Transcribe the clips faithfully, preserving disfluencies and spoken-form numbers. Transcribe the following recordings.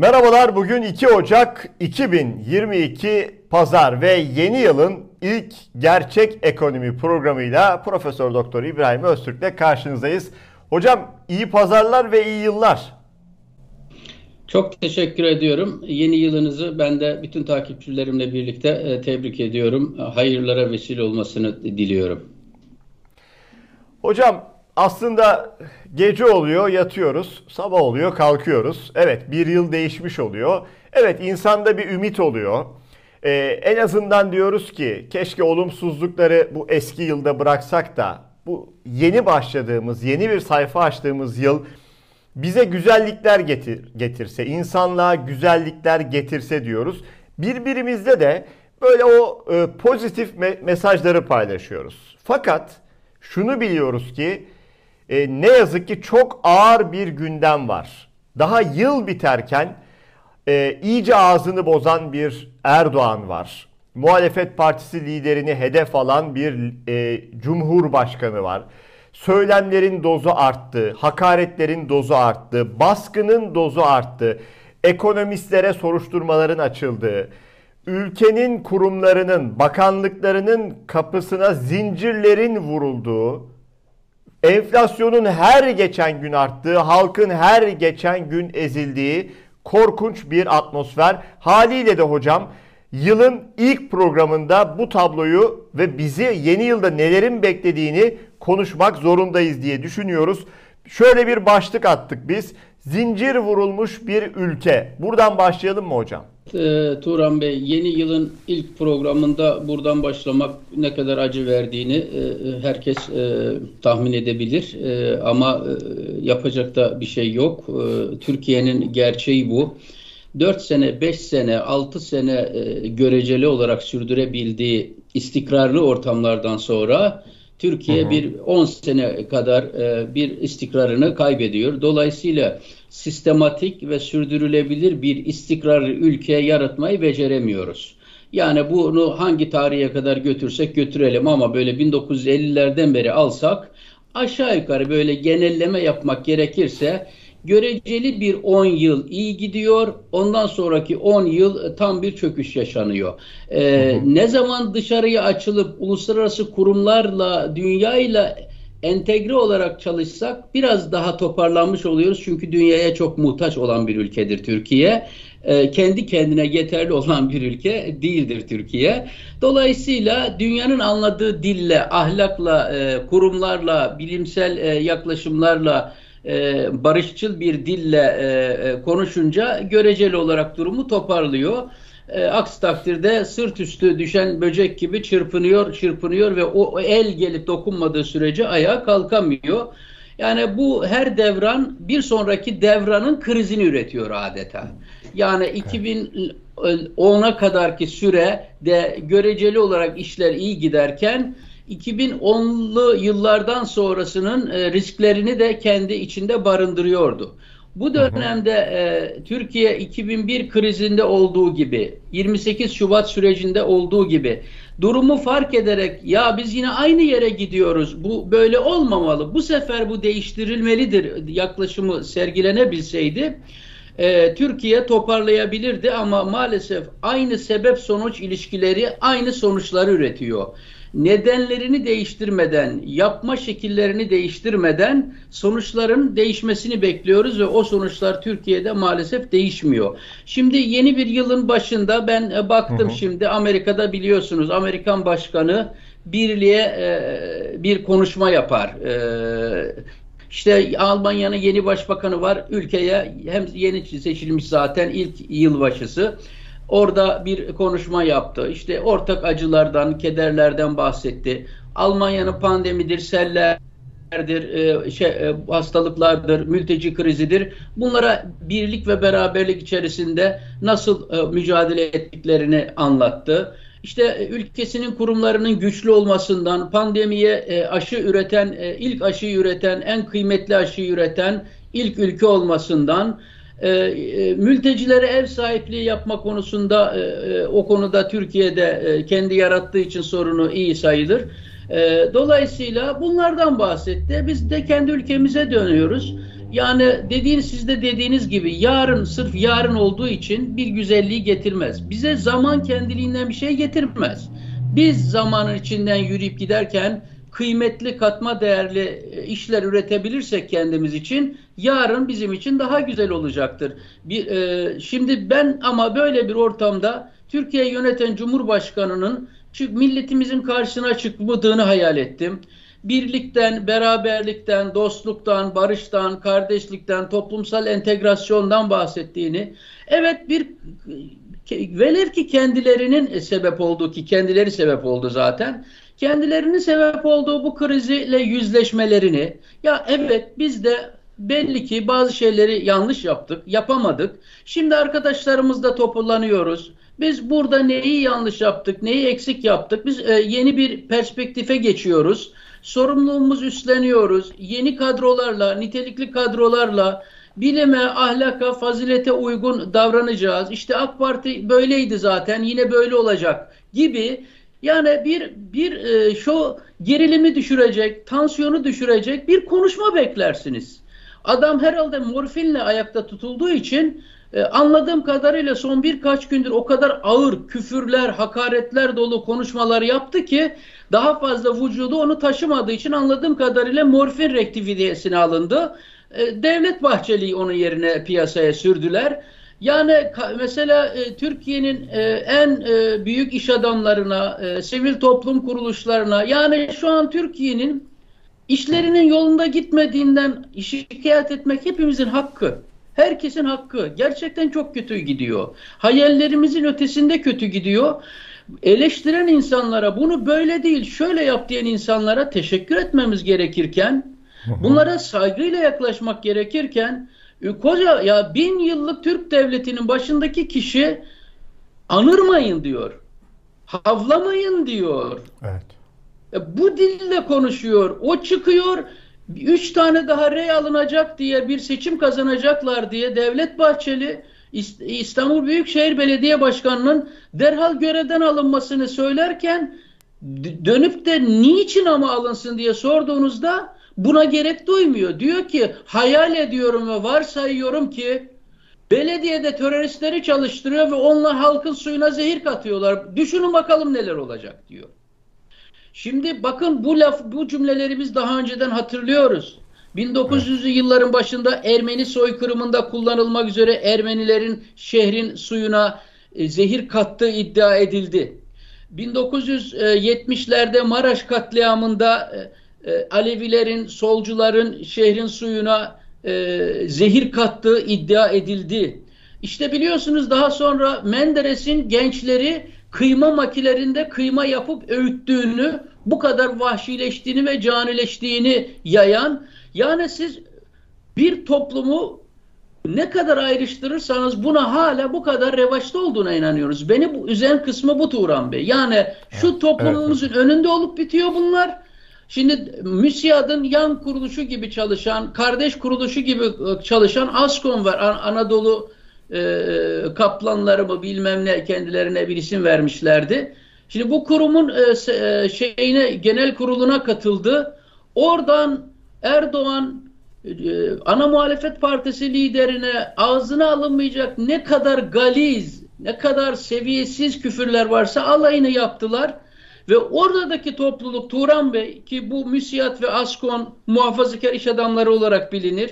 Merhabalar, bugün iki Ocak iki bin yirmi iki Pazar ve yeni yılın ilk gerçek ekonomi programıyla Profesör Doktor İbrahim Öztürk'le karşınızdayız. Hocam iyi pazarlar ve iyi yıllar. Çok teşekkür ediyorum. Yeni yılınızı ben de bütün takipçilerimle birlikte e, tebrik ediyorum. Hayırlara vesile olmasını diliyorum. Hocam aslında gece oluyor yatıyoruz, sabah oluyor kalkıyoruz. Evet, bir yıl değişmiş oluyor. Evet, insanda bir ümit oluyor. Ee, en azından diyoruz ki keşke olumsuzlukları bu eski yılda bıraksak da bu yeni başladığımız, yeni bir sayfa açtığımız yıl bize güzellikler getir, getirse, insanlığa güzellikler getirse diyoruz. Birbirimizde de böyle o e, pozitif me- mesajları paylaşıyoruz. Fakat şunu biliyoruz ki e, ne yazık ki çok ağır bir gündem var. Daha yıl biterken e, iyice ağzını bozan bir Erdoğan var. Muhalefet partisi liderini hedef alan bir e, cumhurbaşkanı var. Söylemlerin dozu arttı, hakaretlerin dozu arttı, baskının dozu arttı, ekonomistlere soruşturmaların açıldığı, ülkenin kurumlarının, bakanlıklarının kapısına zincirlerin vurulduğu, enflasyonun her geçen gün arttığı, halkın her geçen gün ezildiği korkunç bir atmosfer. Haliyle de hocam yılın ilk programında bu tabloyu ve bizi yeni yılda nelerin beklediğini konuşmak zorundayız diye düşünüyoruz. Şöyle bir başlık attık biz. Zincir vurulmuş bir ülke. Buradan başlayalım mı hocam? E, Turan Bey, yeni yılın ilk programında buradan başlamak ne kadar acı verdiğini e, herkes e, tahmin edebilir. E, ama e, yapacak da bir şey yok. E, Türkiye'nin gerçeği bu. dört sene, beş sene, altı sene e, göreceli olarak sürdürebildiği istikrarlı ortamlardan sonra Türkiye hı hı. bir on sene kadar e, bir istikrarını kaybediyor. Dolayısıyla sistematik ve sürdürülebilir bir istikrarlı ülke yaratmayı beceremiyoruz. Yani bunu hangi tarihe kadar götürsek götürelim ama böyle bin dokuz yüz ellilerden beri alsak aşağı yukarı böyle genelleme yapmak gerekirse göreceli bir on yıl iyi gidiyor. Ondan sonraki on yıl tam bir çöküş yaşanıyor. Ee, ne zaman dışarıya açılıp uluslararası kurumlarla, dünyayla entegre olarak çalışsak biraz daha toparlanmış oluyoruz. Çünkü dünyaya çok muhtaç olan bir ülkedir Türkiye. Ee, kendi kendine yeterli olan bir ülke değildir Türkiye. Dolayısıyla dünyanın anladığı dille, ahlakla, e, kurumlarla, bilimsel e, yaklaşımlarla, Ee, barışçıl bir dille e, konuşunca göreceli olarak durumu toparlıyor. E, aksi takdirde sırt üstü düşen böcek gibi çırpınıyor, çırpınıyor ve o, o el gelip dokunmadığı sürece ayağa kalkamıyor. Yani bu her devran bir sonraki devranın krizini üretiyor adeta. Yani iki bin ona kadarki sürede göreceli olarak işler iyi giderken iki bin onlu yıllardan sonrasının e, risklerini de kendi içinde barındırıyordu. Bu dönemde e, Türkiye iki bin bir krizinde olduğu gibi, yirmi sekiz Şubat sürecinde olduğu gibi durumu fark ederek ya biz yine aynı yere gidiyoruz, bu böyle olmamalı, bu sefer bu değiştirilmelidir yaklaşımı sergilenebilseydi e, Türkiye toparlayabilirdi ama maalesef aynı sebep sonuç ilişkileri aynı sonuçları üretiyor. Nedenlerini değiştirmeden, yapma şekillerini değiştirmeden sonuçların değişmesini bekliyoruz ve o sonuçlar Türkiye'de maalesef değişmiyor. Şimdi yeni bir yılın başında ben baktım, hı hı. Şimdi Amerika'da biliyorsunuz Amerikan Başkanı birliğe e, bir konuşma yapar. E, işte Almanya'nın yeni başbakanı var, ülkeye hem yeni seçilmiş zaten ilk yılbaşısı. Orada bir konuşma yaptı. İşte ortak acılardan, kederlerden bahsetti. Almanya'nın pandemidir, sellerdir, e, şey, e, hastalıklardır, mülteci krizidir. Bunlara birlik ve beraberlik içerisinde nasıl e, mücadele ettiklerini anlattı. İşte e, ülkesinin kurumlarının güçlü olmasından, pandemiye e, aşı üreten, e, ilk aşıyı üreten, en kıymetli aşıyı üreten ilk ülke olmasından, E, e, mültecilere ev sahipliği yapma konusunda e, o konuda Türkiye'de e, kendi yarattığı için sorunu iyi sayılır. E, dolayısıyla bunlardan bahsetti. Biz de kendi ülkemize dönüyoruz. Yani dediğiniz, siz de dediğiniz gibi yarın sırf yarın olduğu için bir güzelliği getirmez. Bize zaman kendiliğinden bir şey getirmez. Biz zamanın içinden yürüyüp giderken kıymetli, katma değerli işler üretebilirsek kendimiz için yarın bizim için daha güzel olacaktır. Bir, e, şimdi ben ama böyle bir ortamda Türkiye'yi yöneten Cumhurbaşkanı'nın milletimizin karşısına çıkmadığını hayal ettim. Birlikten, beraberlikten, dostluktan, barıştan, kardeşlikten, toplumsal entegrasyondan bahsettiğini, evet bir velev ki kendilerinin sebep olduğu, ki kendileri sebep oldu zaten, kendilerinin sebep olduğu bu kriziyle yüzleşmelerini, ya evet biz de belli ki bazı şeyleri yanlış yaptık, yapamadık. Şimdi arkadaşlarımızla toplanıyoruz. Biz burada neyi yanlış yaptık, neyi eksik yaptık? Biz e, yeni bir perspektife geçiyoruz. Sorumluluğumuzu üstleniyoruz. Yeni kadrolarla, nitelikli kadrolarla bilime, ahlaka, fazilete uygun davranacağız. İşte AK Parti böyleydi zaten, yine böyle olacak gibi. Yani bir bir e, şu gerilimi düşürecek, tansiyonu düşürecek bir konuşma beklersiniz. Adam herhalde morfinle ayakta tutulduğu için e, anladığım kadarıyla son birkaç gündür o kadar ağır küfürler, hakaretler dolu konuşmalar yaptı ki daha fazla vücudu onu taşımadığı için anladığım kadarıyla morfin rektifiyesine alındı. E, Devlet Bahçeli'yi onun yerine piyasaya sürdüler. Yani mesela e, Türkiye'nin e, en e, büyük iş adamlarına, e, sivil toplum kuruluşlarına, yani şu an Türkiye'nin işlerinin yolunda gitmediğinden şikayet etmek hepimizin hakkı. Herkesin hakkı. Gerçekten çok kötü gidiyor. Hayallerimizin ötesinde kötü gidiyor. Eleştiren insanlara, bunu böyle değil şöyle yap diyen insanlara teşekkür etmemiz gerekirken, bunlara saygıyla yaklaşmak gerekirken, koca ya bin yıllık Türk devletinin başındaki kişi anırmayın diyor. Havlamayın diyor. Evet. Bu dille konuşuyor. O çıkıyor, üç tane daha rey alınacak diye, bir seçim kazanacaklar diye Devlet Bahçeli İstanbul Büyükşehir Belediye Başkanı'nın derhal görevden alınmasını söylerken, dönüp de niçin ama alınsın diye sorduğunuzda buna gerek duymuyor. Diyor ki hayal ediyorum ve varsayıyorum ki belediyede teröristleri çalıştırıyor ve onlar halkın suyuna zehir katıyorlar. Düşünün bakalım neler olacak diyor. Şimdi bakın, bu laf, bu cümleleri biz daha önceden hatırlıyoruz. bin dokuz yüzlü evet. yılların başında Ermeni soykırımında kullanılmak üzere Ermenilerin şehrin suyuna e, zehir kattığı iddia edildi. bin dokuz yüz yetmişlerde Maraş katliamında e, e, Alevilerin, solcuların şehrin suyuna e, zehir kattığı iddia edildi. İşte biliyorsunuz daha sonra Menderes'in gençleri kıyma makinelerinde kıyma yapıp öğüttüğünü, bu kadar vahşileştiğini ve canileştiğini yayan, yani siz bir toplumu ne kadar ayrıştırırsanız buna hala bu kadar revaçta olduğuna inanıyoruz. Beni bu üzen kısmı bu Turan Bey. Yani şu toplumumuzun evet, evet. önünde olup bitiyor bunlar. Şimdi MÜSİAD'ın yan kuruluşu gibi çalışan, kardeş kuruluşu gibi çalışan ASKON var. An Anadolu e, kaplanları mı bilmem ne, kendilerine bir isim vermişlerdi. Şimdi bu kurumun e, şeyine, genel kuruluna katıldı. Oradan Erdoğan e, ana muhalefet partisi liderine ağzına alınmayacak ne kadar galiz, ne kadar seviyesiz küfürler varsa alayını yaptılar. Ve oradaki topluluk, Turan Bey, ki bu MÜSİAD ve ASKON muhafazakar iş adamları olarak bilinir.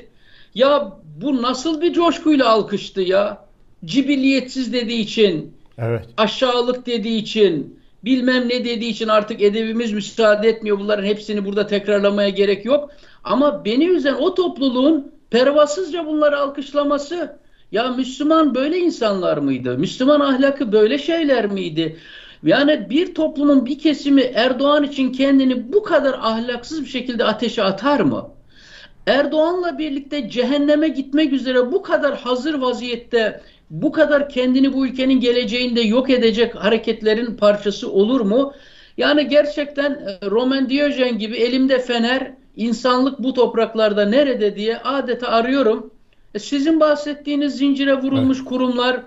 Ya bu nasıl bir coşkuyla alkıştı ya? Cibilliyetsiz dediği için, evet. aşağılık dediği için, bilmem ne dediği için, artık edebimiz müsaade etmiyor. Bunların hepsini burada tekrarlamaya gerek yok. Ama beni üzen o topluluğun pervasızca bunları alkışlaması. Ya Müslüman böyle insanlar mıydı? Müslüman ahlakı böyle şeyler miydi? Yani bir toplumun bir kesimi Erdoğan için kendini bu kadar ahlaksız bir şekilde ateşe atar mı? Erdoğan'la birlikte cehenneme gitmek üzere bu kadar hazır vaziyette, bu kadar kendini bu ülkenin geleceğinde yok edecek hareketlerin parçası olur mu? Yani gerçekten Roman Diyojen gibi elimde fener, insanlık bu topraklarda nerede diye adeta arıyorum. Sizin bahsettiğiniz zincire vurulmuş evet. kurumlar,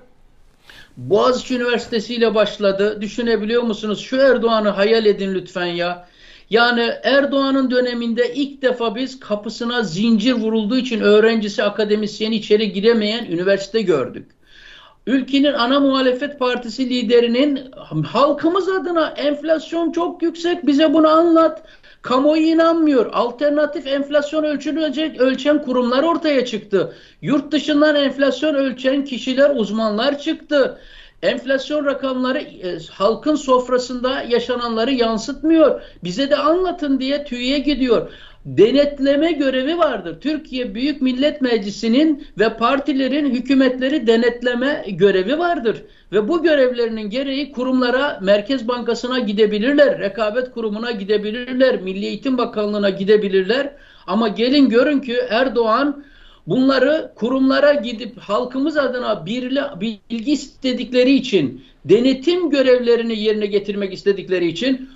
Boğaziçi Üniversitesi ile başladı. Düşünebiliyor musunuz? Şu Erdoğan'ı hayal edin lütfen ya. Yani Erdoğan'ın döneminde ilk defa biz kapısına zincir vurulduğu için öğrencisi, akademisyeni içeri giremeyen üniversite gördük. Ülkenin ana muhalefet partisi liderinin halkımız adına enflasyon çok yüksek, bize bunu anlat. Kamuoyu inanmıyor. Alternatif enflasyon ölçülecek ölçen kurumlar ortaya çıktı. Yurt dışından enflasyon ölçen kişiler, uzmanlar çıktı. Enflasyon rakamları e, halkın sofrasında yaşananları yansıtmıyor. Bize de anlatın diye TÜİ'ye gidiyor. Denetleme görevi vardır. Türkiye Büyük Millet Meclisi'nin ve partilerin hükümetleri denetleme görevi vardır. Ve bu görevlerinin gereği kurumlara, Merkez Bankası'na gidebilirler, Rekabet Kurumu'na gidebilirler, Milli Eğitim Bakanlığı'na gidebilirler. Ama gelin görün ki Erdoğan bunları kurumlara gidip halkımız adına bilgi istedikleri için, denetim görevlerini yerine getirmek istedikleri için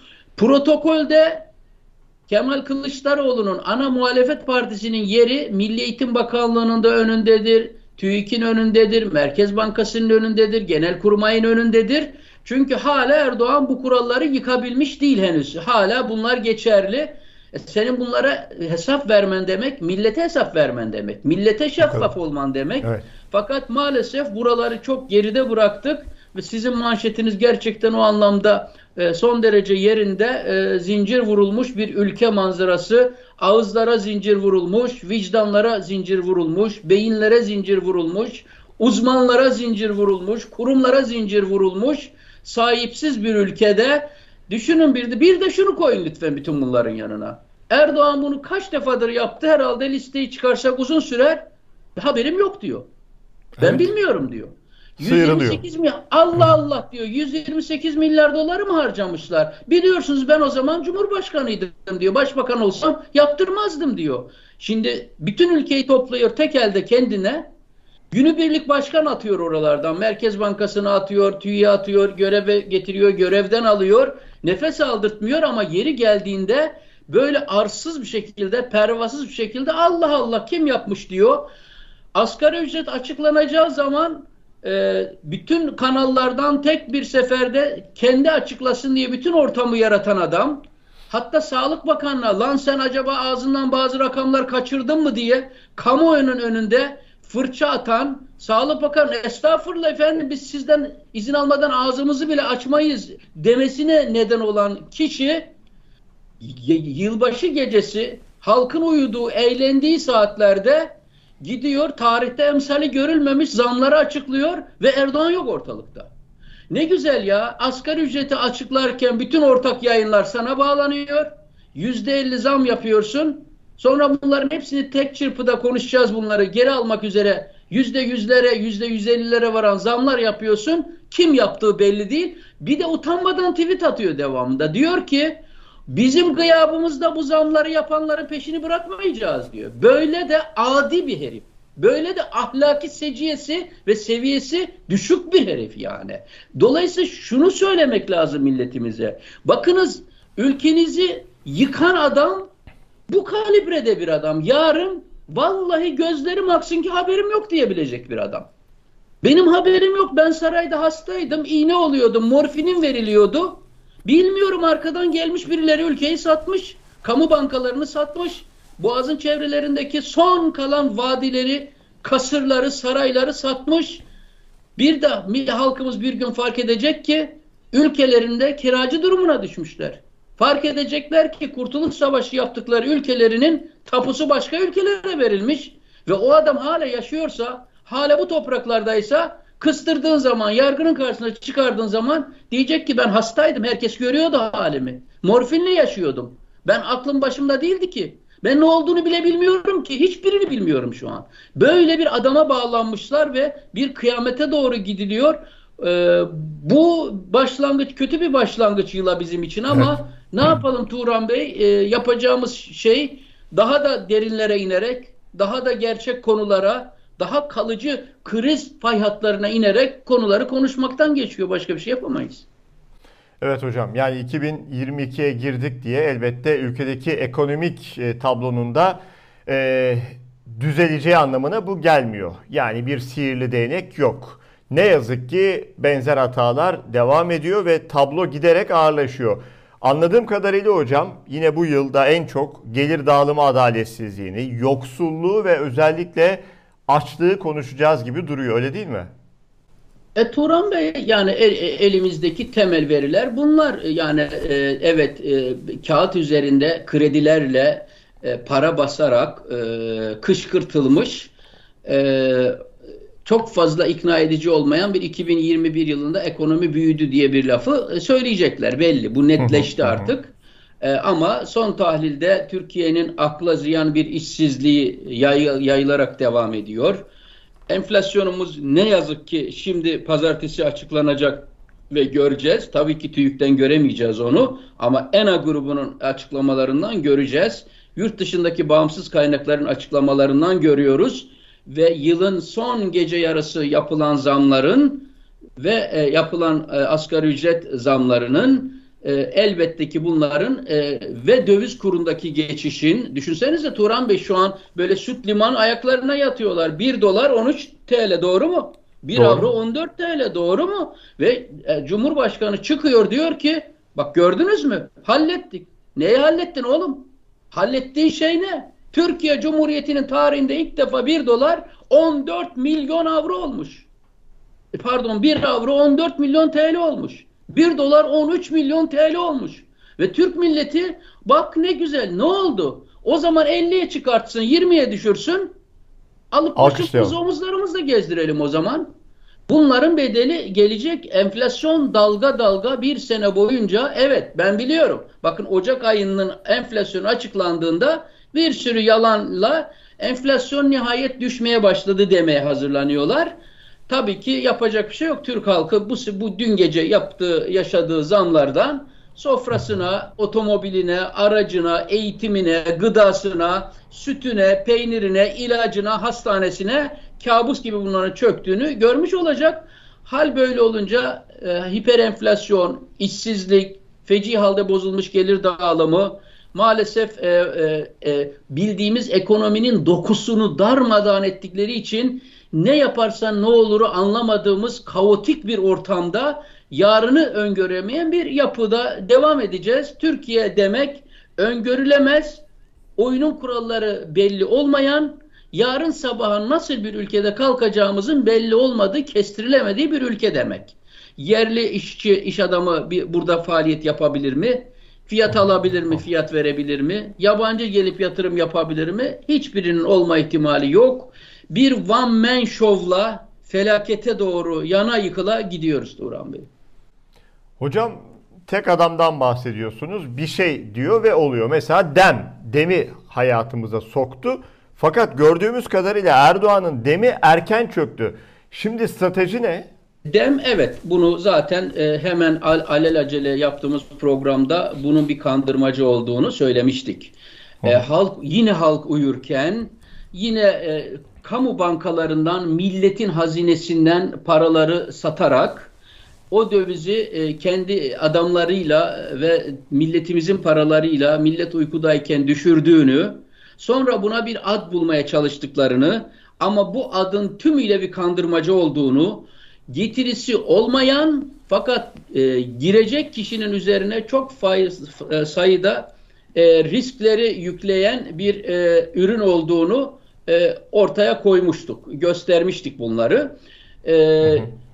protokolde Kemal Kılıçdaroğlu'nun ana muhalefet partisinin yeri Milli Eğitim Bakanlığı'nın da önündedir, TÜİK'in önündedir, Merkez Bankası'nın önündedir, Genelkurmay'ın önündedir. Çünkü hala Erdoğan bu kuralları yıkabilmiş değil henüz. Hala bunlar geçerli. E senin bunlara hesap vermen demek, millete hesap vermen demek, millete şeffaf olman demek. Evet. Fakat maalesef buraları çok geride bıraktık ve sizin manşetiniz gerçekten o anlamda e, son derece yerinde. E, zincir vurulmuş bir ülke manzarası, ağızlara zincir vurulmuş, vicdanlara zincir vurulmuş, beyinlere zincir vurulmuş, uzmanlara zincir vurulmuş, kurumlara zincir vurulmuş, sahipsiz bir ülkede. Düşünün bir de, bir de şunu koyun lütfen bütün bunların yanına. Erdoğan bunu kaç defadır yaptı, herhalde listeyi çıkarsak uzun sürer. Haberim yok diyor. Ben evet. bilmiyorum diyor. yüz yirmi sekiz milyar, Allah Allah diyor. yüz yirmi sekiz milyar doları mı harcamışlar? Biliyorsunuz ben o zaman Cumhurbaşkanıydım diyor. Başbakan olsam yaptırmazdım diyor. Şimdi bütün ülkeyi topluyor tek elde kendine. Günübirlik başkan atıyor oralardan. Merkez Bankası'na atıyor, TÜİ'ye atıyor, göreve getiriyor, görevden alıyor. Nefes aldırtmıyor ama yeri geldiğinde böyle arsız bir şekilde, pervasız bir şekilde Allah Allah kim yapmış diyor. Asgari ücret açıklanacağı zaman e, bütün kanallardan tek bir seferde kendi açıklasın diye bütün ortamı yaratan adam. Hatta Sağlık Bakanı'na lan sen acaba ağzından bazı rakamlar kaçırdın mı diye kamuoyunun önünde fırça atan Sağlık Bakanı, estağfurullah efendim biz sizden izin almadan ağzımızı bile açmayız demesine neden olan kişi yılbaşı gecesi halkın uyuduğu, eğlendiği saatlerde gidiyor tarihte emsali görülmemiş zamları açıklıyor ve Erdoğan yok ortalıkta. Ne güzel ya, asgari ücreti açıklarken bütün ortak yayınlar sana bağlanıyor. yüzde elli zam yapıyorsun. Sonra bunların hepsini tek çırpıda konuşacağız, bunları geri almak üzere yüzde yüzlere, yüzde yüz ellilere varan zamlar yapıyorsun. Kim yaptığı belli değil. Bir de utanmadan tweet atıyor devamında. Diyor ki bizim gıyabımızda bu zamları yapanların peşini bırakmayacağız diyor. Böyle de adi bir herif. Böyle de ahlaki seciyesi ve seviyesi düşük bir herif yani. Dolayısıyla şunu söylemek lazım milletimize. Bakınız, ülkenizi yıkan adam bu kalibrede bir adam. Yarın vallahi gözlerim aksın ki haberim yok diyebilecek bir adam. Benim haberim yok. Ben sarayda hastaydım. İğne oluyordum. Morfinim veriliyordu. Bilmiyorum, arkadan gelmiş birileri ülkeyi satmış. Kamu bankalarını satmış. Boğaz'ın çevrelerindeki son kalan vadileri, kasırları, sarayları satmış. Bir de halkımız bir gün fark edecek ki ülkelerinde kiracı durumuna düşmüşler. Fark edecekler ki Kurtuluş Savaşı yaptıkları ülkelerinin tapusu başka ülkelere verilmiş ve o adam hala yaşıyorsa, hala bu topraklardaysa, kıstırdığın zaman, yargının karşısına çıkardığın zaman diyecek ki ben hastaydım, herkes görüyordu halimi. Morfinle yaşıyordum. Ben aklım başımda değildi ki. Ben ne olduğunu bile bilmiyorum ki. Hiçbirini bilmiyorum şu an. Böyle bir adama bağlanmışlar ve bir kıyamete doğru gidiliyor. Ee, bu başlangıç kötü bir başlangıç yıla bizim için ama evet. Ne yapalım Turan Bey? Ee, yapacağımız şey daha da derinlere inerek, daha da gerçek konulara, daha kalıcı kriz fay hatlarına inerek konuları konuşmaktan geçiyor. Başka bir şey yapamayız. Evet hocam, yani iki bin yirmi ikiye girdik diye elbette ülkedeki ekonomik e, tablonun da e, düzeleceği anlamına bu gelmiyor. Yani bir sihirli değnek yok. Ne yazık ki benzer hatalar devam ediyor ve tablo giderek ağırlaşıyor. Anladığım kadarıyla hocam yine bu yılda en çok gelir dağılımı adaletsizliğini, yoksulluğu ve özellikle açlığı konuşacağız gibi duruyor, öyle değil mi? E, Turan Bey, yani el- e, elimizdeki temel veriler bunlar. Yani e, evet, e, kağıt üzerinde kredilerle e, para basarak e, kışkırtılmış, e, çok fazla ikna edici olmayan bir iki bin yirmi bir yılında ekonomi büyüdü diye bir lafı e, söyleyecekler, belli. Bu netleşti artık. E, ama son tahlilde Türkiye'nin akla ziyan bir işsizliği yay- yayılarak devam ediyor. Enflasyonumuz ne yazık ki şimdi pazartesi açıklanacak ve göreceğiz. Tabii ki TÜİK'ten göremeyeceğiz onu ama ENA grubunun açıklamalarından göreceğiz. Yurt dışındaki bağımsız kaynakların açıklamalarından görüyoruz ve yılın son gece yarısı yapılan zamların ve e, yapılan e, asgari ücret zamlarının, e, elbette ki bunların e, ve döviz kurundaki geçişin, düşünsenize Turan Bey, şu an böyle süt liman ayaklarına yatıyorlar. bir dolar on üç T L, doğru mu? bir Doğru. avro on dört T L, doğru mu? Ve e, Cumhurbaşkanı çıkıyor, diyor ki bak, gördünüz mü? Hallettik. Neyi hallettin oğlum? Hallettiğin şey ne? Türkiye Cumhuriyeti'nin tarihinde ilk defa bir dolar on dört milyon avro olmuş. E, Pardon, bir avro on dört milyon T L olmuş. bir dolar on üç milyon T L olmuş. Ve Türk milleti bak ne güzel, ne oldu? O zaman elliye çıkartsın, yirmiye düşürsün. Alıp başımızı Alkışlayalım. omuzlarımızla gezdirelim o zaman. Bunların bedeli gelecek. Enflasyon dalga dalga bir sene boyunca, evet ben biliyorum. Bakın, Ocak ayının enflasyonu açıklandığında bir sürü yalanla enflasyon nihayet düşmeye başladı demeye hazırlanıyorlar. Tabii ki yapacak bir şey yok. Türk halkı bu, bu dün gece yaptığı, yaşadığı zamlardan sofrasına, otomobiline, aracına, eğitimine, gıdasına, sütüne, peynirine, ilacına, hastanesine kabus gibi bunların çöktüğünü görmüş olacak. Hal böyle olunca e, hiperenflasyon, işsizlik, feci halde bozulmuş gelir dağılımı, maalesef e, e, e, bildiğimiz ekonominin dokusunu darmadağın ettikleri için ne yaparsan ne oluru anlamadığımız kaotik bir ortamda yarını öngöremeyen bir yapıda devam edeceğiz. Türkiye demek öngörülemez, oyunun kuralları belli olmayan, yarın sabaha nasıl bir ülkede kalkacağımızın belli olmadığı, kestirilemediği bir ülke demek. Yerli işçi, iş adamı bir, burada faaliyet yapabilir mi? Fiyat alabilir mi? Fiyat verebilir mi? Yabancı gelip yatırım yapabilir mi? Hiçbirinin olma ihtimali yok. Bir one man show'la felakete doğru yana yıkıla gidiyoruz Turan Bey. Hocam tek adamdan bahsediyorsunuz. Bir şey diyor ve oluyor. Mesela dem, demi hayatımıza soktu. Fakat gördüğümüz kadarıyla Erdoğan'ın demi erken çöktü. Şimdi strateji ne? Dem, evet, bunu zaten e, hemen al, alelacele yaptığımız programda bunun bir kandırmacı olduğunu söylemiştik. E, halk yine halk uyurken yine e, kamu bankalarından, milletin hazinesinden paraları satarak o dövizi e, kendi adamlarıyla ve milletimizin paralarıyla millet uykudayken düşürdüğünü, sonra buna bir ad bulmaya çalıştıklarını ama bu adın tümüyle bir kandırmacı olduğunu, getirisi olmayan fakat e, girecek kişinin üzerine çok faiz, e, sayıda e, riskleri yükleyen bir e, ürün olduğunu e, ortaya koymuştuk, göstermiştik bunları. E,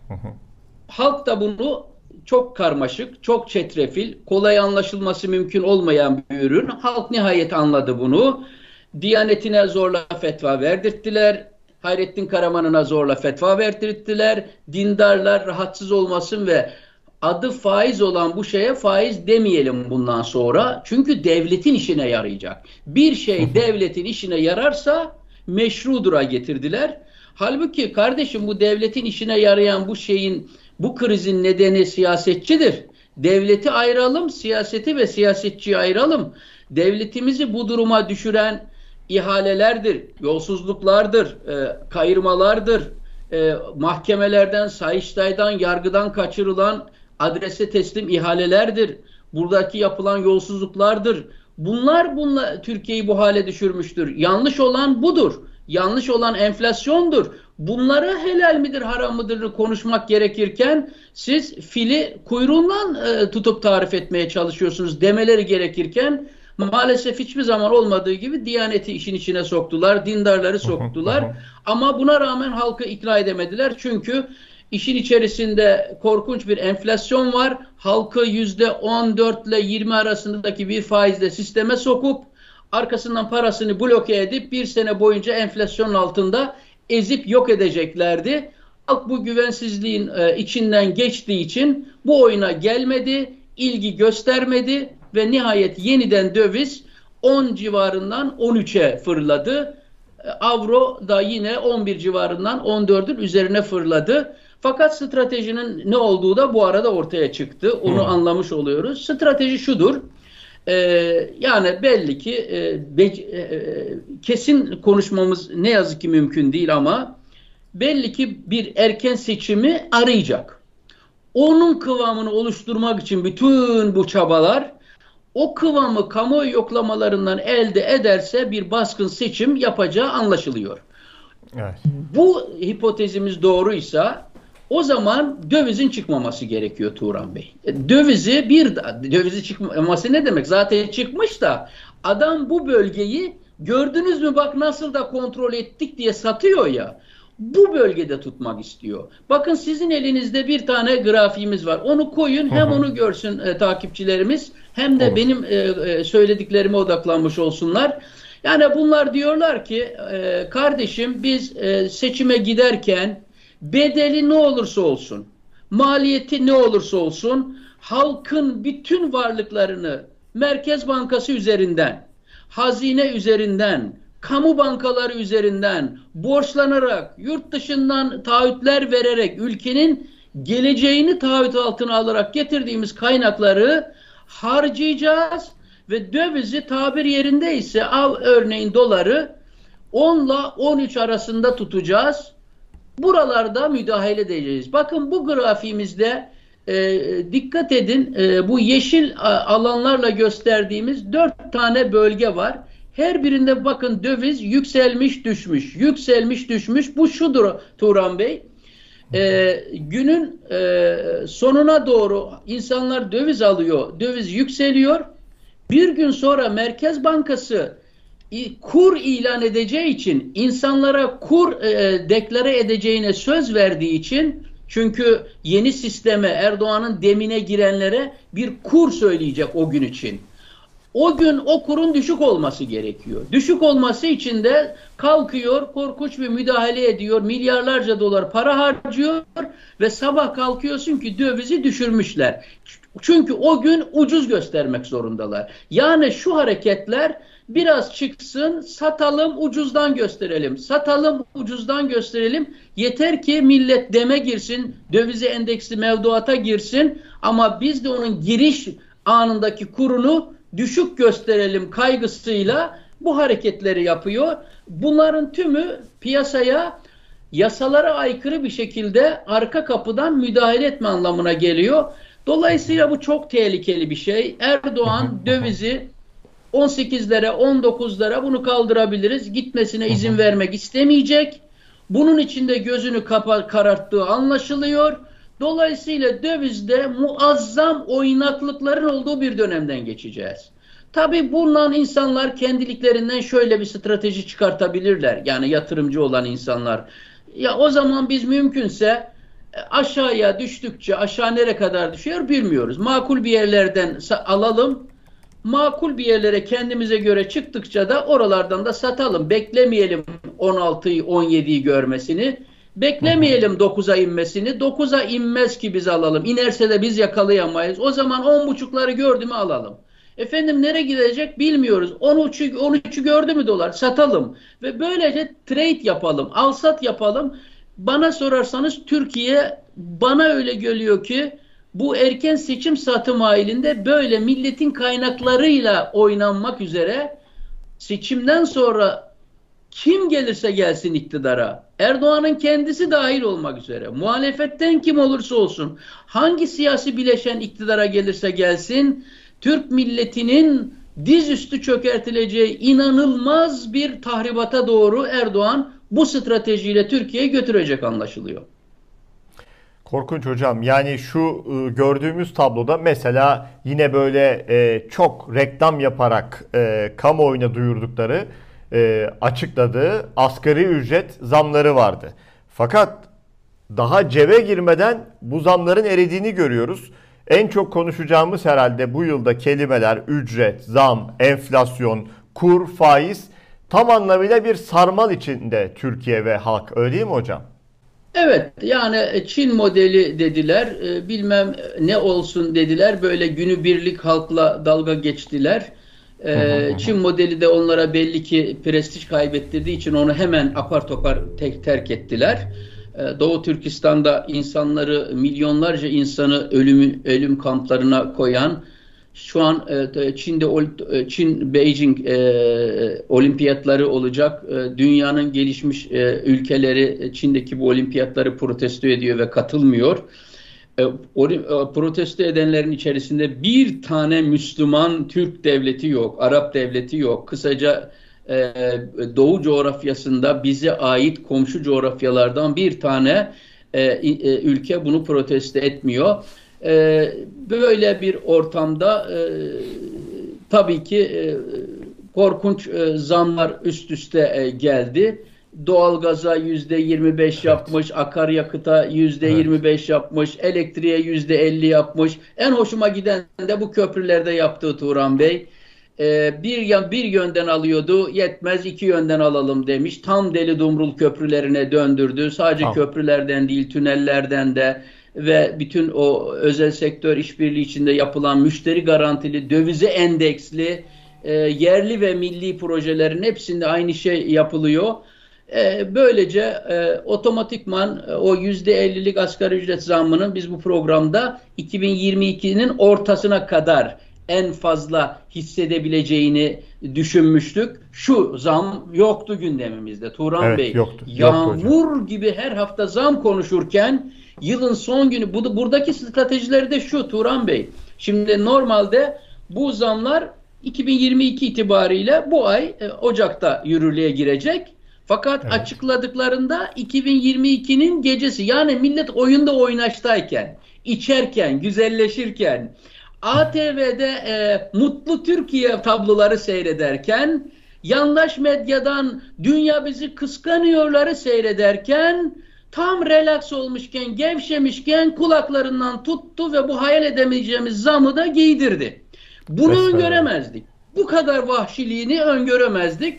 halk da bunu çok karmaşık, çok çetrefil, kolay anlaşılması mümkün olmayan bir ürün. Halk nihayet anladı bunu. Diyanetine zorla fetva verdirttiler. Hayrettin Karaman'ına zorla fetva verdirttiler. Dindarlar rahatsız olmasın ve adı faiz olan bu şeye faiz demeyelim bundan sonra. Çünkü devletin işine yarayacak. Bir şey devletin işine yararsa meşrudura getirdiler. Halbuki kardeşim, bu devletin işine yarayan bu şeyin, bu krizin nedeni siyasetçidir. Devleti ayıralım, siyaseti ve siyasetçiyi ayıralım. Devletimizi bu duruma düşüren ihalelerdir, yolsuzluklardır, e, kayırmalardır, e, mahkemelerden, Sayıştay'dan, yargıdan kaçırılan adrese teslim ihalelerdir. Buradaki yapılan yolsuzluklardır. Bunlar bunlar Türkiye'yi bu hale düşürmüştür. Yanlış olan budur. Yanlış olan enflasyondur. bunlara helal midir haram mıdır konuşmak gerekirken siz fili kuyruğundan e, tutup tarif etmeye çalışıyorsunuz demeleri gerekirken maalesef hiçbir zaman olmadığı gibi Diyaneti işin içine soktular, dindarları soktular ama buna rağmen halkı ikna edemediler çünkü İşin içerisinde korkunç bir enflasyon var. Halkı yüzde on dört ile yirmi arasındaki bir faizle sisteme sokup arkasından parasını bloke edip bir sene boyunca enflasyonun altında ezip yok edeceklerdi. Halk bu güvensizliğin e, içinden geçtiği için bu oyuna gelmedi, ilgi göstermedi ve nihayet yeniden döviz on civarından on üçe fırladı. Avro da yine on bir civarından on dördün üzerine fırladı. Fakat stratejinin ne olduğu da bu arada ortaya çıktı. Onu hmm. anlamış oluyoruz. Strateji şudur. Ee, yani belli ki e, be, e, kesin konuşmamız ne yazık ki mümkün değil ama belli ki bir erken seçimi arayacak. Onun kıvamını oluşturmak için bütün bu çabalar o kıvamı kamuoyu yoklamalarından elde ederse bir baskın seçim yapacağı anlaşılıyor. Evet. Bu hipotezimiz doğruysa o zaman dövizin çıkmaması gerekiyor Turan Bey. Dövizi bir dövizi çıkmaması ne demek? Zaten çıkmış da adam bu bölgeyi gördünüz mü bak nasıl da kontrol ettik diye satıyor ya. Bu bölgede tutmak istiyor. Bakın sizin elinizde bir tane grafiğimiz var. Onu koyun hem onu görsün e, takipçilerimiz hem de Olur. benim e, e, söylediklerime odaklanmış olsunlar. Yani bunlar diyorlar ki e, kardeşim biz e, seçime giderken bedeli ne olursa olsun, maliyeti ne olursa olsun halkın bütün varlıklarını Merkez Bankası üzerinden, hazine üzerinden, kamu bankaları üzerinden borçlanarak, yurt dışından taahhütler vererek ülkenin geleceğini taahhüt altına alarak getirdiğimiz kaynakları harcayacağız ve dövizi tabir yerindeyse al örneğin doları on ile on üç arasında tutacağız. Buralarda müdahale edeceğiz. Bakın bu grafiğimizde e, dikkat edin e, bu yeşil alanlarla gösterdiğimiz dört tane bölge var. Her birinde bakın döviz yükselmiş düşmüş, yükselmiş düşmüş. Bu şudur Turan Bey. E, günün e, sonuna doğru insanlar döviz alıyor, döviz yükseliyor. Bir gün sonra Merkez Bankası kur ilan edeceği için, insanlara kur e, deklare edeceğine söz verdiği için, çünkü yeni sisteme Erdoğan'ın demine girenlere bir kur söyleyecek o gün için. O gün o kurun düşük olması gerekiyor. Düşük olması için de kalkıyor, korkunç bir müdahale ediyor, milyarlarca dolar para harcıyor ve sabah kalkıyorsun ki dövizi düşürmüşler. Çünkü o gün ucuz göstermek zorundalar. Yani şu hareketler biraz çıksın, satalım, ucuzdan gösterelim. Satalım, ucuzdan gösterelim. Yeter ki millet deme girsin, dövize endeksli mevduata girsin ama biz de onun giriş anındaki kurunu düşük gösterelim kaygısıyla bu hareketleri yapıyor. Bunların tümü piyasaya yasalara aykırı bir şekilde arka kapıdan müdahale etme anlamına geliyor. Dolayısıyla bu çok tehlikeli bir şey. Erdoğan dövizi on sekizlere, on dokuzlara bunu kaldırabiliriz. Gitmesine izin vermek istemeyecek. Bunun içinde gözünü kapa kararttığı anlaşılıyor. Dolayısıyla dövizde muazzam oynaklıkların olduğu bir dönemden geçeceğiz. Tabii bundan insanlar kendiliklerinden şöyle bir strateji çıkartabilirler. Yani yatırımcı olan insanlar. Ya o zaman biz mümkünse aşağıya düştükçe aşağı nereye kadar düşüyor bilmiyoruz. Makul bir yerlerden alalım. Makul bir yerlere kendimize göre çıktıkça da oralardan da satalım. Beklemeyelim on altıyı on yediyi görmesini. Beklemeyelim dokuza inmesini. dokuza inmez ki biz alalım. İnerse de biz yakalayamayız. O zaman on buçukları gördü mü alalım. Efendim nereye gidecek bilmiyoruz. on üçü, on üçü gördü mü dolar satalım. Ve böylece trade yapalım. Alsat yapalım. Bana sorarsanız Türkiye bana öyle geliyor ki bu erken seçim satım halinde böyle milletin kaynaklarıyla oynanmak üzere seçimden sonra kim gelirse gelsin iktidara, Erdoğan'ın kendisi dahil olmak üzere, muhalefetten kim olursa olsun, hangi siyasi bileşen iktidara gelirse gelsin, Türk milletinin dizüstü çökertileceği inanılmaz bir tahribata doğru Erdoğan bu stratejiyle Türkiye'yi götürecek anlaşılıyor. Korkunç hocam. Yani şu e, gördüğümüz tabloda mesela yine böyle e, çok reklam yaparak e, kamuoyuna duyurdukları, e, açıkladığı asgari ücret zamları vardı. Fakat daha cebe girmeden bu zamların eridiğini görüyoruz. En çok konuşacağımız herhalde bu yılda kelimeler ücret, zam, enflasyon, kur, faiz, tam anlamıyla bir sarmal içinde Türkiye ve halk. Öyle değil mi hocam? Evet, yani Çin modeli dediler, e, bilmem ne olsun dediler, böyle günübirlik halkla dalga geçtiler. E, Çin modeli de onlara belli ki prestij kaybettirdiği için onu hemen apar topar tek terk ettiler. E, Doğu Türkistan'da insanları, milyonlarca insanı ölüm, ölüm kamplarına koyan, şu an e, Çin'de e, Çin Beijing e, olimpiyatları olacak. E, dünyanın gelişmiş e, ülkeleri Çin'deki bu olimpiyatları protesto ediyor ve katılmıyor. E, olim, e, protesto edenlerin içerisinde bir tane Müslüman Türk devleti yok, Arap devleti yok. Kısaca e, Doğu coğrafyasında bize ait komşu coğrafyalardan bir tane e, e, ülke bunu protesto etmiyor. Ee, böyle bir ortamda e, tabii ki e, korkunç e, zamlar üst üste e, geldi. Doğalgaza yüzde yirmi beş yapmış, akaryakıta yüzde yirmi beş yapmış, elektriğe yüzde elli yapmış. En hoşuma giden de bu köprülerde yaptığı Turan Bey. Ee, bir, yan, bir yönden alıyordu, yetmez iki yönden alalım demiş. Tam deli dumrul köprülerine döndürdü. Sadece tamam. Köprülerden değil, tünellerden de ve bütün o özel sektör işbirliği içinde yapılan müşteri garantili, dövize endeksli, e, yerli ve milli projelerin hepsinde aynı şey yapılıyor. E, böylece e, otomatikman e, o yüzde ellilik asgari ücret zammının biz bu programda iki bin yirmi ikinin ortasına kadar en fazla hissedebileceğini düşünmüştük. Şu zam yoktu gündemimizde Turan evet, Bey. Yoktu, Yağmur yoktu gibi her hafta zam konuşurken yılın son günü, bu, buradaki stratejileri de şu Turan Bey. Şimdi normalde bu zamlar iki bin yirmi iki itibariyle bu ay e, Ocak'ta yürürlüğe girecek. Fakat evet. açıkladıklarında iki bin yirmi ikinin gecesi, yani millet oyunda oynaştayken, içerken, güzelleşirken, A T V'de e, Mutlu Türkiye tabloları seyrederken, yandaş medyadan dünya bizi kıskanıyorları seyrederken, tam relax olmuşken, gevşemişken kulaklarından tuttu ve bu hayal edemeyeceğimiz zamı da giydirdi. Bunu Mesela. öngöremezdik. Bu kadar vahşiliğini öngöremezdik.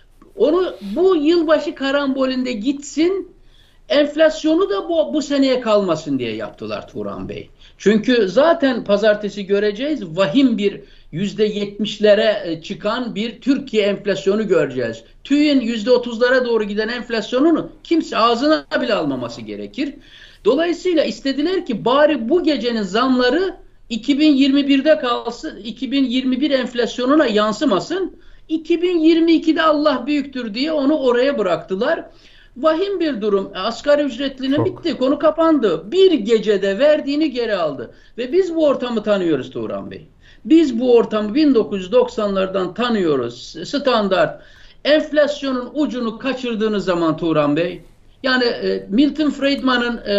Onu bu yılbaşı karambolünde gitsin, enflasyonu da bu, bu seneye kalmasın diye yaptılar Turan Bey. Çünkü zaten pazartesi göreceğiz, vahim bir yüzde yetmişlere çıkan bir Türkiye enflasyonu göreceğiz. TÜİ'nin yüzde otuzlara doğru giden enflasyonunu kimse ağzına bile almaması gerekir. Dolayısıyla istediler ki bari bu gecenin zamları iki bin yirmi birde kalsın, iki bin yirmi bir enflasyonuna yansımasın. iki bin yirmi ikide Allah büyüktür diye onu oraya bıraktılar. Vahim bir durum. Asgari ücretlinin Çok. bitti. Konu kapandı. Bir gecede verdiğini geri aldı. Ve biz bu ortamı tanıyoruz Turan Bey. Biz bu ortamı bin dokuz yüz doksanlardan tanıyoruz. Standart. Enflasyonun ucunu kaçırdığınız zaman Turan Bey, yani e, Milton Friedman'ın e,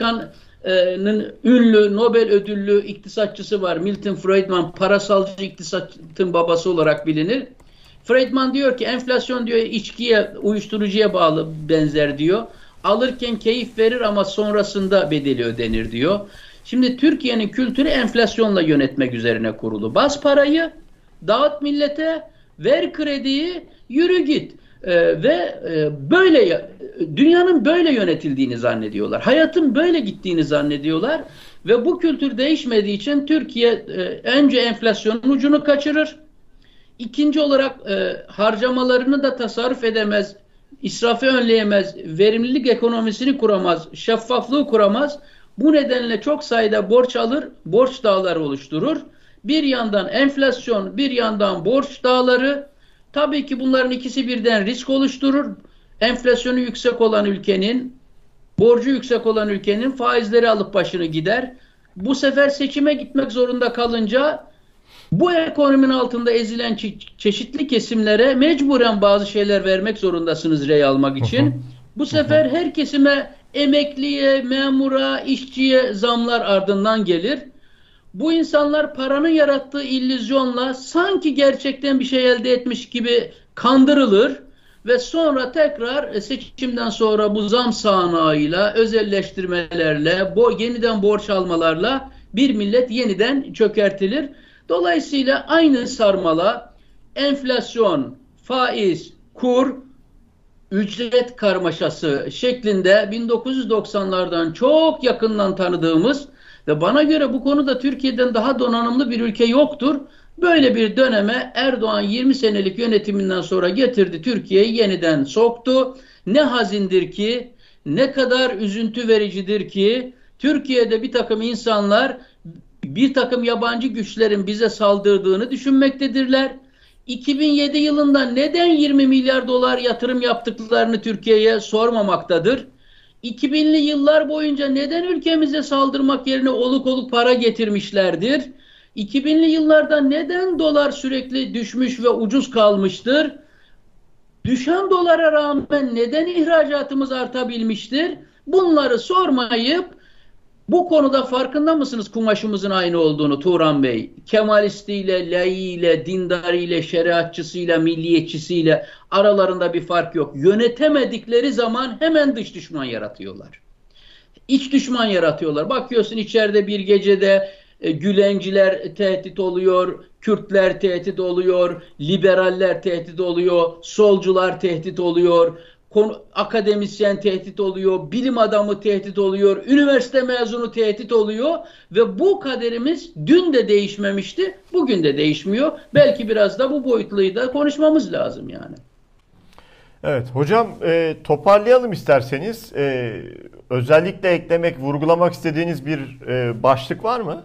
Amerikan'ın ünlü Nobel ödüllü iktisatçısı var. Milton Friedman parasalcı iktisatın babası olarak bilinir. Friedman diyor ki enflasyon diyor içkiye, uyuşturucuya bağlı benzer diyor. Alırken keyif verir ama sonrasında bedeli ödenir diyor. Şimdi Türkiye'nin kültürü enflasyonla yönetmek üzerine kurulu. Bas parayı, dağıt millete, ver krediyi, yürü git. Ee, ve e, böyle dünyanın böyle yönetildiğini zannediyorlar. Hayatın böyle gittiğini zannediyorlar. Ve bu kültür değişmediği için Türkiye e, önce enflasyonun ucunu kaçırır. İkinci olarak e, harcamalarını da tasarruf edemez, israfı önleyemez, verimlilik ekonomisini kuramaz, şeffaflığı kuramaz. Bu nedenle çok sayıda borç alır, borç dağları oluşturur. Bir yandan enflasyon, bir yandan borç dağları. Tabii ki bunların ikisi birden risk oluşturur. Enflasyonu yüksek olan ülkenin, borcu yüksek olan ülkenin faizleri alıp başını gider. Bu sefer seçime gitmek zorunda kalınca Bu ekonominin altında ezilen çe çeşitli kesimlere mecburen bazı şeyler vermek zorundasınız rey almak için. Bu sefer her kesime, emekliye, memura, işçiye zamlar ardından gelir. Bu insanlar paranın yarattığı illüzyonla sanki gerçekten bir şey elde etmiş gibi kandırılır ve sonra tekrar seçimden sonra bu zam sahnağıyla, özelleştirmelerle, bo yeniden borç almalarla bir millet yeniden çökertilir. Dolayısıyla aynı sarmala enflasyon, faiz, kur, ücret karmaşası şeklinde bin dokuz yüz doksanlardan çok yakından tanıdığımız ve bana göre bu konuda Türkiye'den daha donanımlı bir ülke yoktur. Böyle bir döneme Erdoğan yirmi senelik yönetiminden sonra getirdi, Türkiye'yi yeniden soktu. Ne hazindir ki, ne kadar üzüntü vericidir ki, Türkiye'de bir takım insanlar bir takım yabancı güçlerin bize saldırdığını düşünmektedirler. iki bin yedi yılında neden yirmi milyar dolar yatırım yaptıklarını Türkiye'ye sormamaktadır. iki binli yıllar boyunca neden ülkemize saldırmak yerine oluk oluk para getirmişlerdir? iki binli yıllarda neden dolar sürekli düşmüş ve ucuz kalmıştır? Düşen dolara rağmen neden ihracatımız artabilmiştir? Bunları sormayıp, bu konuda farkında mısınız kumaşımızın aynı olduğunu Turan Bey? Kemalistiyle, layığıyla, dindarıyla, şeriatçısıyla, milliyetçisiyle aralarında bir fark yok. Yönetemedikleri zaman hemen dış düşman yaratıyorlar. İç düşman yaratıyorlar. Bakıyorsun içeride bir gecede e, Gülenciler tehdit oluyor, Kürtler tehdit oluyor, liberaller tehdit oluyor, solcular tehdit oluyor. Konu, akademisyen tehdit oluyor, bilim adamı tehdit oluyor, üniversite mezunu tehdit oluyor ve bu kaderimiz dün de değişmemişti, bugün de değişmiyor. Belki biraz da bu boyutluyu da konuşmamız lazım yani. Evet hocam, e, toparlayalım isterseniz. E, özellikle eklemek, vurgulamak istediğiniz bir e, başlık var mı?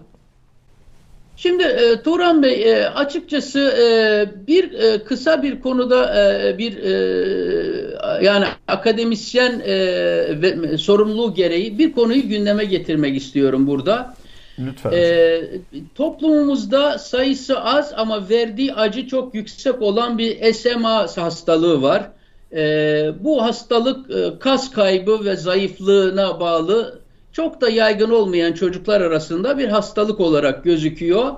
Şimdi e, Turan Bey e, açıkçası e, bir e, kısa bir konuda e, bir e, yani akademisyen e, ve sorumluluğu gereği bir konuyu gündeme getirmek istiyorum burada. Lütfen. E, toplumumuzda sayısı az ama verdiği acı çok yüksek olan bir S M A hastalığı var. E, bu hastalık e, kas kaybı ve zayıflığına bağlı, çok da yaygın olmayan çocuklar arasında bir hastalık olarak gözüküyor.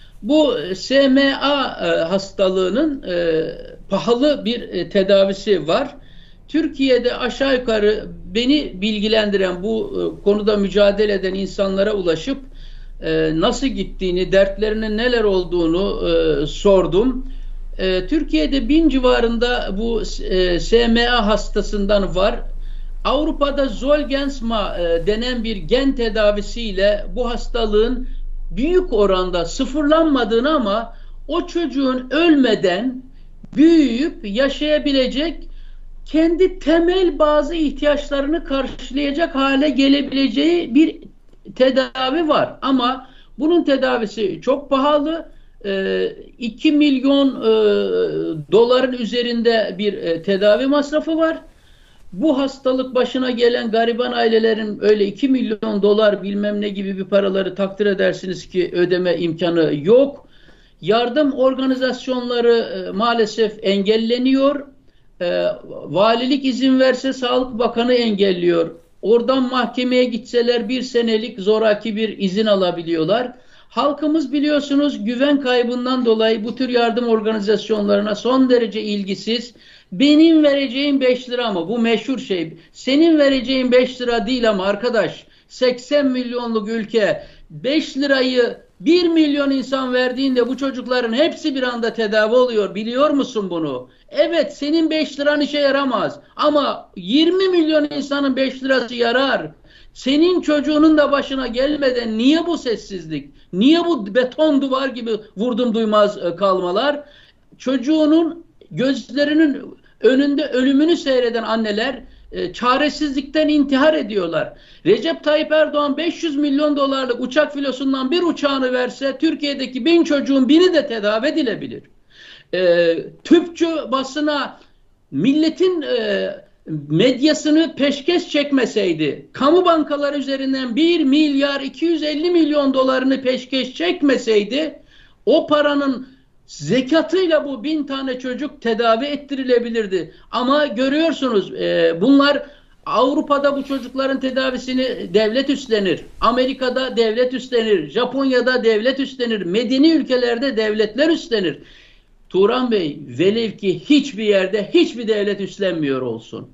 Bu S M A e, hastalığının e, pahalı bir e, tedavisi var. Türkiye'de aşağı yukarı beni bilgilendiren, bu e, konuda mücadele eden insanlara ulaşıp e, nasıl gittiğini, dertlerinin neler olduğunu e, sordum. E, Türkiye'de bin civarında bu e, S M A hastasından var. Avrupa'da Zolgensma e, denen bir gen tedavisiyle bu hastalığın büyük oranda sıfırlanmadığını ama o çocuğun ölmeden büyüyüp yaşayabilecek, kendi temel bazı ihtiyaçlarını karşılayacak hale gelebileceği bir tedavi var. Ama bunun tedavisi çok pahalı. E, iki milyon e, doların üzerinde bir e, tedavi masrafı var. Bu hastalık başına gelen gariban ailelerin öyle iki milyon dolar bilmem ne gibi bir paraları takdir edersiniz ki ödeme imkanı yok. Yardım organizasyonları e, maalesef engelleniyor. E, valilik izin verse Sağlık Bakanı engelliyor. Oradan mahkemeye gitseler bir senelik zoraki bir izin alabiliyorlar. Halkımız biliyorsunuz güven kaybından dolayı bu tür yardım organizasyonlarına son derece ilgisiz. Benim vereceğim beş lira mı? Bu meşhur şey. Senin vereceğin beş lira değil ama arkadaş, seksen milyonluk ülke beş lirayı bir milyon insan verdiğinde bu çocukların hepsi bir anda tedavi oluyor. Biliyor musun bunu? Evet, senin beş liran işe yaramaz ama yirmi milyon insanın beş lirası yarar. Senin çocuğunun da başına gelmeden niye bu sessizlik? Niye bu beton duvar gibi vurdum duymaz kalmalar? Çocuğunun gözlerinin önünde ölümünü seyreden anneler e, çaresizlikten intihar ediyorlar. Recep Tayyip Erdoğan beş yüz milyon dolarlık uçak filosundan bir uçağını verse Türkiye'deki bin çocuğun bini de tedavi edilebilir. E, tüpçü basına milletin e, medyasını peşkeş çekmeseydi, kamu bankaları üzerinden bir milyar iki yüz elli milyon dolarını peşkeş çekmeseydi, O paranın zekatıyla bu bin tane çocuk tedavi ettirilebilirdi. Ama görüyorsunuz e, bunlar Avrupa'da bu çocukların tedavisini devlet üstlenir. Amerika'da devlet üstlenir. Japonya'da devlet üstlenir. Medeni ülkelerde devletler üstlenir. Turan Bey, velev ki hiçbir yerde hiçbir devlet üstlenmiyor olsun.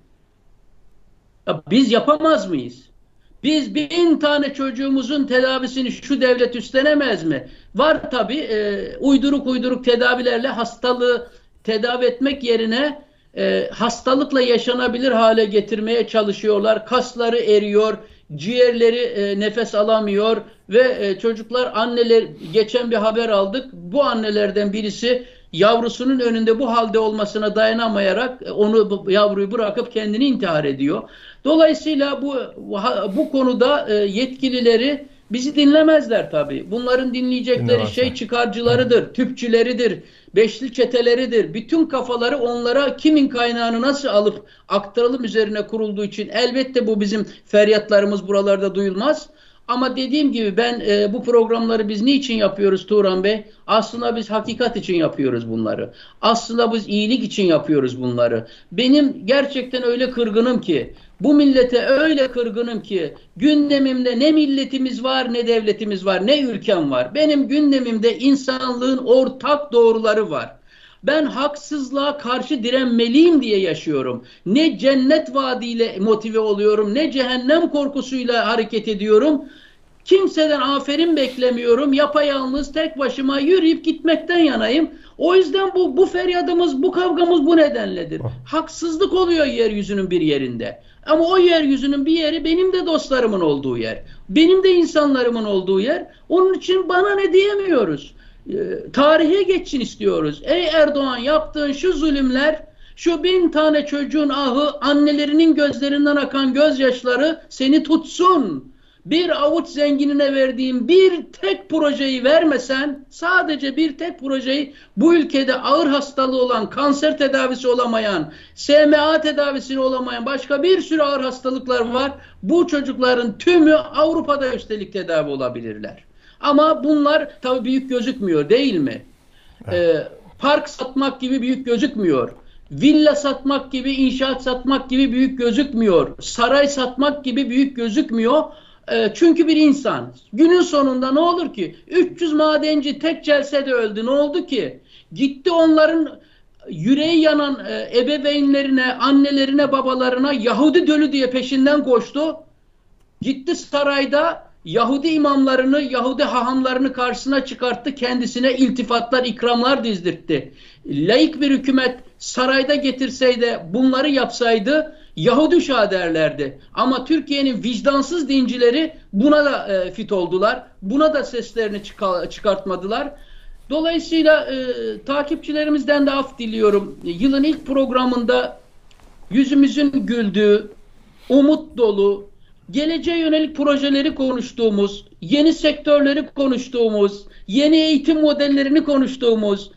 Ya biz yapamaz mıyız? Biz bin tane çocuğumuzun tedavisini şu devlet üstlenemez mi? Var tabii e, uyduruk uyduruk tedavilerle hastalığı tedavi etmek yerine e, hastalıkla yaşanabilir hale getirmeye çalışıyorlar. Kasları eriyor, ciğerleri e, nefes alamıyor ve e, çocuklar anneler, geçen bir haber aldık. Bu annelerden birisi yavrusunun önünde bu halde olmasına dayanamayarak onu, yavruyu bırakıp kendini intihar ediyor. Dolayısıyla bu bu konuda e, yetkilileri bizi dinlemezler tabii. Bunların dinleyecekleri Dinlemezler. şey çıkarcılarıdır, tüpçüleridir, beşli çeteleridir. Bütün kafaları onlara kimin kaynağını nasıl alıp aktaralım üzerine kurulduğu için elbette bu bizim feryatlarımız buralarda duyulmaz. Ama dediğim gibi ben e, bu programları biz niçin yapıyoruz Turan Bey? Aslında biz hakikat için yapıyoruz bunları. Aslında biz iyilik için yapıyoruz bunları. Benim gerçekten öyle kırgınım ki, bu millete öyle kırgınım ki gündemimde ne milletimiz var, ne devletimiz var, ne ülkem var. Benim gündemimde insanlığın ortak doğruları var. Ben haksızlığa karşı direnmeliyim diye yaşıyorum. Ne cennet vaadiyle motive oluyorum, ne cehennem korkusuyla hareket ediyorum. Kimseden aferin beklemiyorum. Yapayalnız tek başıma yürüyüp gitmekten yanayım. O yüzden bu, bu feryadımız, bu kavgamız bu nedenledir. Haksızlık oluyor yeryüzünün bir yerinde. Ama o yeryüzünün bir yeri benim de dostlarımın olduğu yer. Benim de insanlarımın olduğu yer. Onun için bana ne diyemiyoruz. Ee, tarihe geçsin istiyoruz. Ey Erdoğan, yaptığın şu zulümler, şu bin tane çocuğun ahı, annelerinin gözlerinden akan gözyaşları seni tutsun. Bir avuç zenginine verdiğin bir tek projeyi vermesen, sadece bir tek projeyi, bu ülkede ağır hastalığı olan, kanser tedavisi olamayan, S M A tedavisi olamayan başka bir sürü ağır hastalıklar var. Bu çocukların tümü Avrupa'da üstelik tedavi olabilirler. Ama bunlar tabii büyük gözükmüyor, değil mi? Evet. Ee, park satmak gibi büyük gözükmüyor. Villa satmak gibi, inşaat satmak gibi büyük gözükmüyor. Saray satmak gibi büyük gözükmüyor. Ee, çünkü bir insan. Günün sonunda ne olur ki? üç yüz madenci tek celsede öldü. Ne oldu ki? Gitti onların yüreği yanan e, ebeveynlerine, annelerine, babalarına Yahudi dölü diye peşinden koştu. Gitti sarayda Yahudi imamlarını, Yahudi hahamlarını karşısına çıkarttı. Kendisine iltifatlar, ikramlar dizdirtti. Laik bir hükümet sarayda getirseydi, bunları yapsaydı Yahudi Şah derlerdi. Ama Türkiye'nin vicdansız dincileri buna da e, fit oldular. Buna da seslerini çıkar çıkartmadılar. Dolayısıyla e, takipçilerimizden de af diliyorum. Yılın ilk programında yüzümüzün güldüğü, umut dolu, geleceğe yönelik projeleri konuştuğumuz, yeni sektörleri konuştuğumuz, yeni eğitim modellerini konuştuğumuz,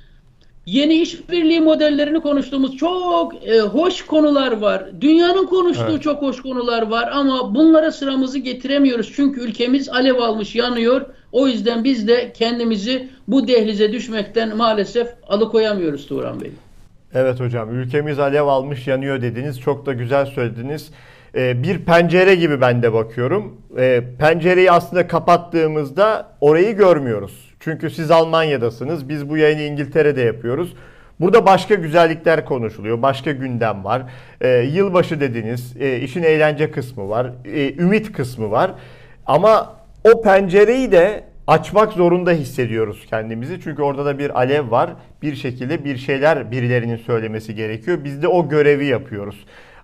yeni işbirliği modellerini konuştuğumuz çok e, hoş konular var. Dünyanın konuştuğu evet. çok hoş konular var ama bunlara sıramızı getiremiyoruz. Çünkü ülkemiz alev almış, yanıyor. O yüzden biz de kendimizi bu dehlize düşmekten maalesef alıkoyamıyoruz Turan Bey. Evet hocam, ülkemiz alev almış, yanıyor dediniz. Çok da güzel söylediniz. Bir pencere gibi ben de bakıyorum. Pencereyi aslında kapattığımızda orayı görmüyoruz. Çünkü siz Almanya'dasınız, biz bu yayını İngiltere'de yapıyoruz. Burada başka güzellikler konuşuluyor, başka gündem var. Yılbaşı dediniz, işin eğlence kısmı var, ümit kısmı var. Ama o pencereyi de açmak zorunda hissediyoruz kendimizi. Çünkü orada da bir alev var. Bir şekilde bir şeyler birilerinin söylemesi gerekiyor. Biz de o görevi yapıyoruz.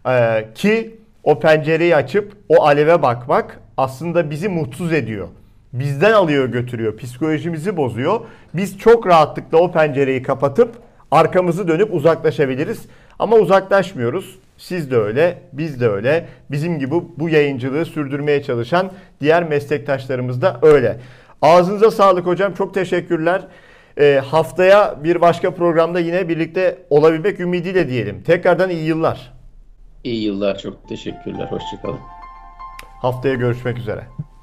Ki o pencereyi açıp o aleve bakmak aslında bizi mutsuz ediyor. Bizden alıyor götürüyor. Psikolojimizi bozuyor. Biz çok rahatlıkla o pencereyi kapatıp arkamızı dönüp uzaklaşabiliriz. Ama uzaklaşmıyoruz. Siz de öyle, biz de öyle. Bizim gibi bu yayıncılığı sürdürmeye çalışan diğer meslektaşlarımız da öyle. Ağzınıza sağlık hocam. Çok teşekkürler. E, haftaya bir başka programda yine birlikte olabilmek ümidiyle diyelim. Tekrardan iyi yıllar. İyi yıllar, çok teşekkürler. Hoşça kalın. Haftaya görüşmek üzere.